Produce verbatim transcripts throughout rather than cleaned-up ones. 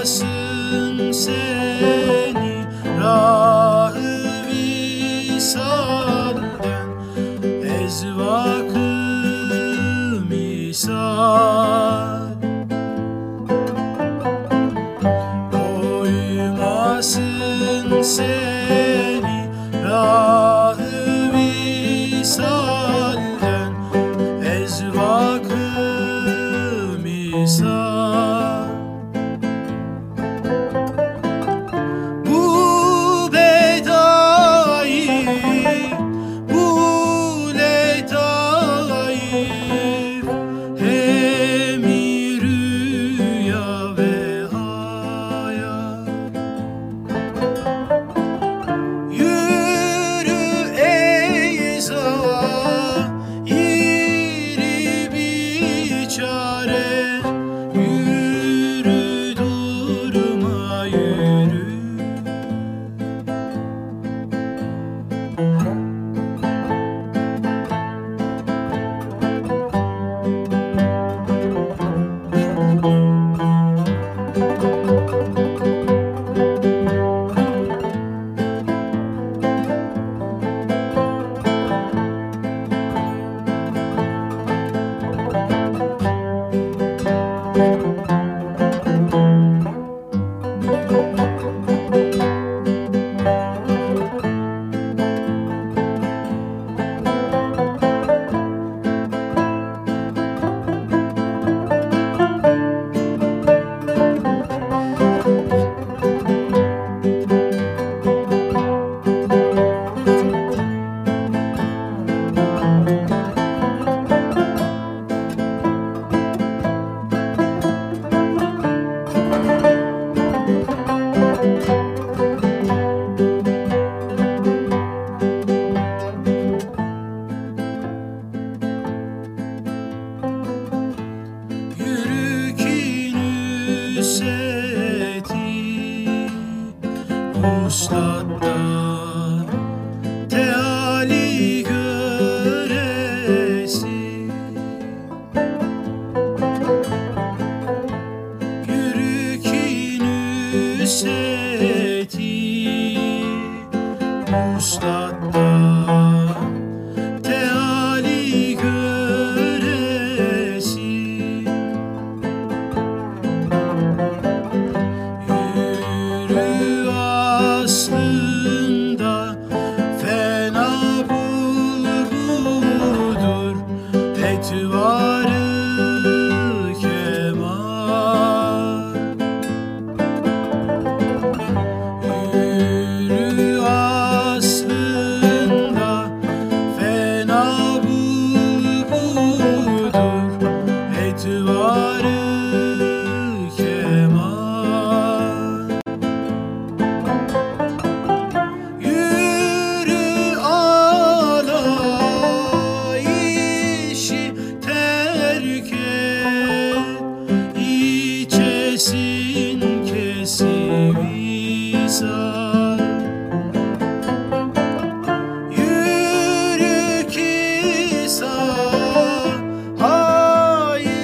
Koymasın seni rah-ı visalden, ezvak-ı misal. Koymasın seni rah-ı visalden, ezvak-ı misal. Vuslattan teali göresi, yürükin üseti vuslattan teali göresi. Aslında fena bulbudur etvarı kemal. Yürü aslında fena bulbudur etvarı kemal. Yürü ki sahayı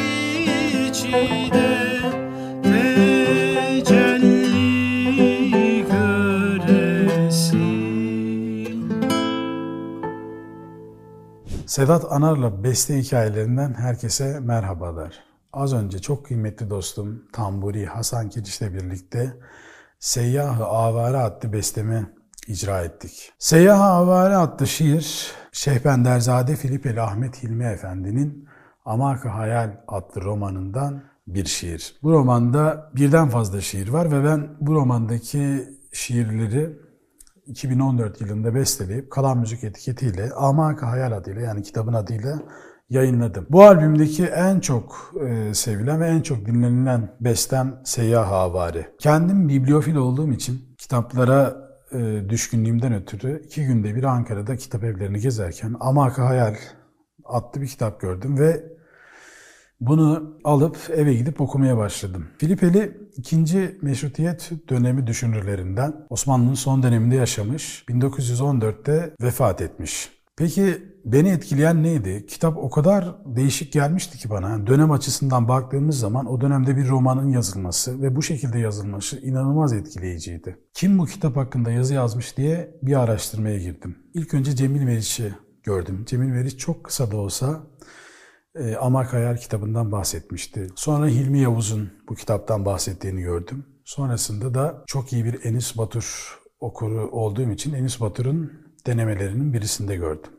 içinde tecelli göresin. Sedat Anar'la beste hikayelerinden herkese merhabalar. Az önce çok kıymetli dostum Tamburi Hasan Kediç'le birlikte Seyyah-ı Avare adlı bestemi icra ettik. Seyyah-ı Avare adlı şiir, Şehbenderzade Filipeli Ahmet Hilmi Efendi'nin Amak-ı Hayal adlı romanından bir şiir. Bu romanda birden fazla şiir var ve ben bu romandaki şiirleri iki bin on dört yılında besteleyip Kalan Müzik etiketiyle Amak-ı Hayal adıyla, yani kitabın adıyla yayınladım. Bu albümdeki en çok e, sevilen ve en çok dinlenilen bestem Seyyah-ı Avare. Kendim bibliofil olduğum için kitaplara e, düşkünlüğümden ötürü iki günde bir Ankara'da kitap evlerini gezerken Amak-ı Hayal adlı bir kitap gördüm ve bunu alıp eve gidip okumaya başladım. Filipeli ikinci Meşrutiyet dönemi düşünürlerinden, Osmanlı'nın son döneminde yaşamış, bin dokuz yüz on dörtte vefat etmiş. Peki beni etkileyen neydi? Kitap o kadar değişik gelmişti ki bana. Dönem açısından baktığımız zaman o dönemde bir romanın yazılması ve bu şekilde yazılması inanılmaz etkileyiciydi. Kim bu kitap hakkında yazı yazmış diye bir araştırmaya girdim. İlk önce Cemil Meriç'i gördüm. Cemil Meriç çok kısa da olsa e, Amak Hayal kitabından bahsetmişti. Sonra Hilmi Yavuz'un bu kitaptan bahsettiğini gördüm. Sonrasında da çok iyi bir Enis Batur okuru olduğum için Enis Batur'un denemelerinin birisinde gördüm.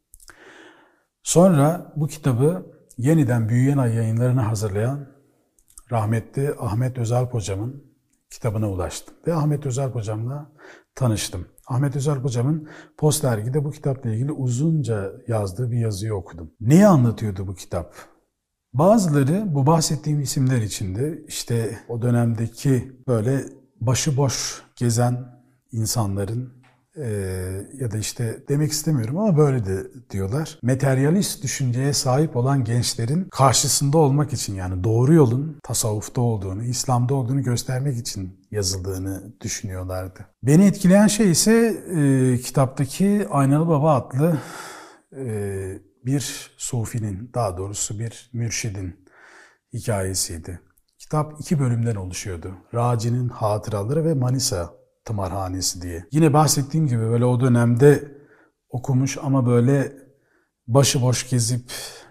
Sonra bu kitabı yeniden Büyüyen Ay Yayınlarını hazırlayan rahmetli Ahmet Özalp Hocam'ın kitabına ulaştım. Ve Ahmet Özalp Hocam'la tanıştım. Ahmet Özalp Hocam'ın Post Dergi'de bu kitapla ilgili uzunca yazdığı bir yazıyı okudum. Neyi anlatıyordu bu kitap? Bazıları bu bahsettiğim isimler içinde işte o dönemdeki böyle başıboş gezen insanların e, ya da işte demek istemiyorum ama böyle de diyorlar. Materyalist düşünceye sahip olan gençlerin karşısında olmak için, yani doğru yolun tasavvufta olduğunu, İslam'da olduğunu göstermek için yazıldığını düşünüyorlardı. Beni etkileyen şey ise e, kitaptaki Aynalı Baba adlı e, bir sufinin, daha doğrusu bir mürşidin hikayesiydi. Kitap iki bölümden oluşuyordu. Raci'nin hatıraları ve Manisa tımarhanesi diye. Yine bahsettiğim gibi böyle o dönemde okumuş ama böyle başıboş gezip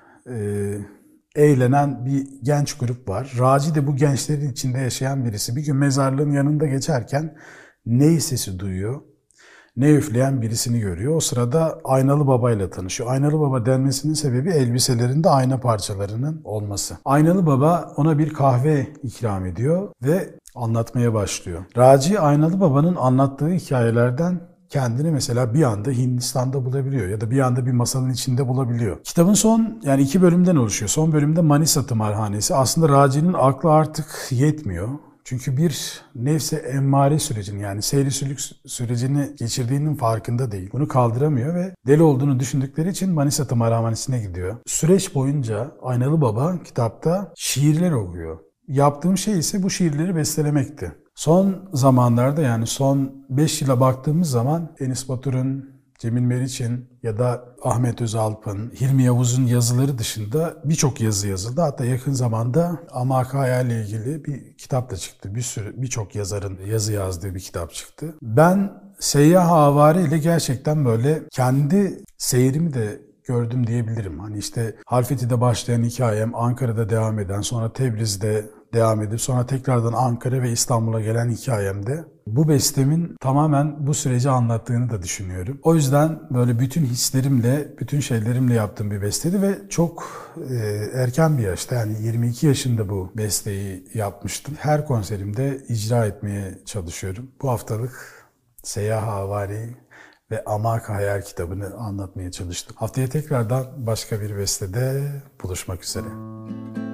e, eğlenen bir genç grup var. Raci de bu gençlerin içinde yaşayan birisi. Bir gün mezarlığın yanında geçerken ney sesi duyuyor. Ne üfleyen birisini görüyor. O sırada Aynalı Baba ile tanışıyor. Aynalı Baba denmesinin sebebi elbiselerinde ayna parçalarının olması. Aynalı Baba ona bir kahve ikram ediyor ve anlatmaya başlıyor. Raci Aynalı Baba'nın anlattığı hikayelerden kendini mesela bir anda Hindistan'da bulabiliyor ya da bir anda bir masalın içinde bulabiliyor. Kitabın son, yani iki bölümden oluşuyor. Son bölümde Manisa tımarhanesi. Aslında Raci'nin aklı artık yetmiyor. Çünkü bir nefse emmare sürecini, yani seyri sürecini geçirdiğinin farkında değil. Bunu kaldıramıyor ve deli olduğunu düşündükleri için Manisa tımarhanesine gidiyor. Süreç boyunca Aynalı Baba kitapta şiirler okuyor. Yaptığım şey ise bu şiirleri bestelemekti. Son zamanlarda, yani son beş yıla baktığımız zaman Enis Batur'un, Cemil Meriç'in ya da Ahmet Özalp'ın, Hilmi Yavuz'un yazıları dışında birçok yazı yazıldı. Hatta yakın zamanda Amak Hayal ile ilgili bir kitap da çıktı. Bir sürü birçok yazarın yazı yazdığı bir kitap çıktı. Ben Seyyah Avari ile gerçekten böyle kendi seyrimi de gördüm diyebilirim. Hani işte Halfeti'de başlayan hikayem, Ankara'da devam eden, sonra Tebriz'de devam edip sonra tekrardan Ankara ve İstanbul'a gelen hikayemde bu bestemin tamamen bu süreci anlattığını da düşünüyorum. O yüzden böyle bütün hislerimle, bütün şeylerimle yaptığım bir besteydi ve çok e, erken bir yaşta, yani yirmi iki yaşında bu besteyi yapmıştım. Her konserimde icra etmeye çalışıyorum. Bu haftalık Seyyah Avari ve Amak Hayal kitabını anlatmaya çalıştım. Haftaya tekrardan başka bir bestede buluşmak üzere.